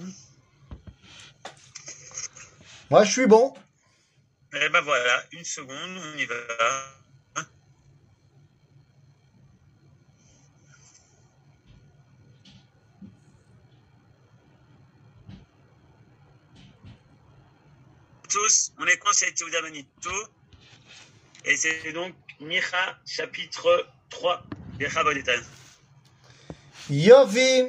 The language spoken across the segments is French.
Moi, je suis bon. Eh ben voilà, une seconde, on y va. Tous, on est conseil Théouda Manito. Et c'est donc Micha, chapitre 3 des Chabodetan. Yofi.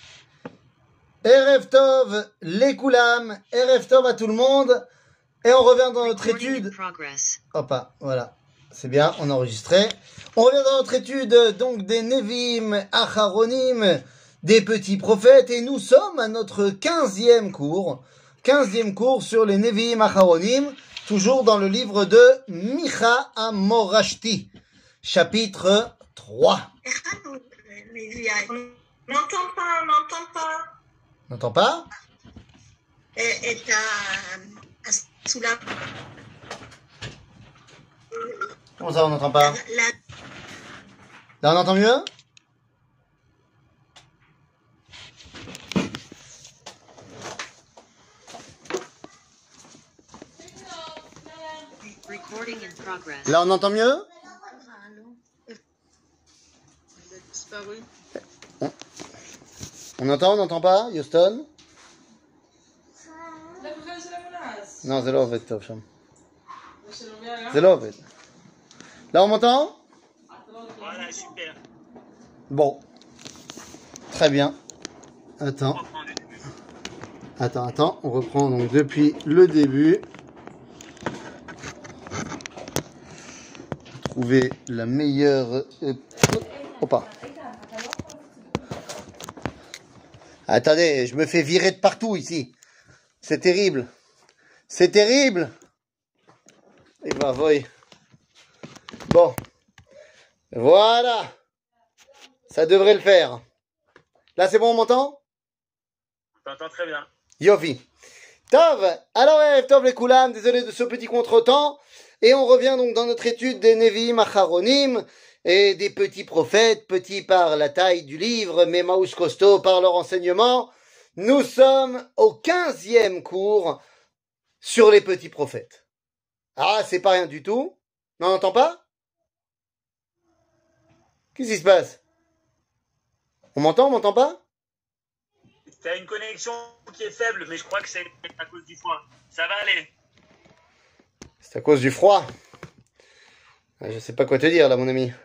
Erev Tov, les Koulam. Erev Tov à tout le monde. Et on revient dans notre étude. Hop, voilà. C'est bien, on a enregistré. On revient dans notre étude donc des Nevim, Acharonim, des petits prophètes. Et nous sommes à notre 15e cours. 15e cours sur les Nevim, Acharonim. Toujours dans le livre de Micha Amorashti. Chapitre 3. On n'entend pas. N'entends pas? Et sous la... Comment ça, on n'entend pas? Là, on entend mieux? Là, on entend mieux? On n'entend pas, Houston? Non, זה לא עובד טוב שם. זה לא עובד. Là, on m'entend? Voilà, super. Bon. Très bien. Attends. On reprend donc depuis le début. Trouver la meilleure... Opa. Attendez, je me fais virer de partout ici. C'est terrible. C'est terrible. Et ben, voyez. Bon. Voilà. Ça devrait le faire. Là, c'est bon, on m'entend? T'entends très bien. Yofi. Tov. Alors, Tov les Koulam, désolé de ce petit contretemps. Et on revient donc dans notre étude des Nevim Acharonim et des petits prophètes, petits par la taille du livre, mais Maouch costaud par leur enseignement. Nous sommes au 15e cours sur les petits prophètes. Ah, c'est pas rien du tout. On n'entend pas? Qu'est-ce qui se passe? On m'entend pas? T'as une connexion qui est faible, mais je crois que c'est à cause du froid. Ça va aller. C'est à cause du froid. Je sais pas quoi te dire là, mon ami.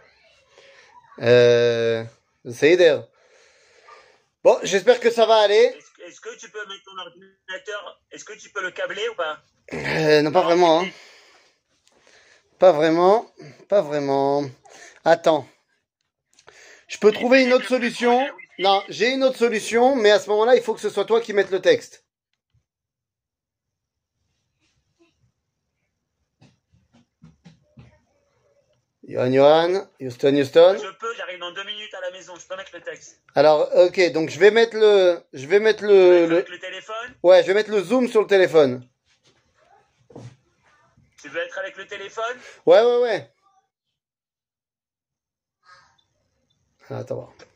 Seider. Bon, j'espère que ça va aller. Est-ce que tu peux mettre ton ordinateur? Est-ce que tu peux le câbler ou pas? Non, pas vraiment. Hein. Pas vraiment. Attends. Je peux trouver une autre solution. Non, j'ai une autre solution, mais à ce moment-là, il faut que ce soit toi qui mettes le texte. Johan, Houston. Je peux, j'arrive dans 2 minutes à la maison, je peux mettre le texte. Alors, ok, donc je vais mettre le... Avec le téléphone? Ouais, je vais mettre le zoom sur le téléphone. Tu veux être avec le téléphone? Ouais. Attends voir.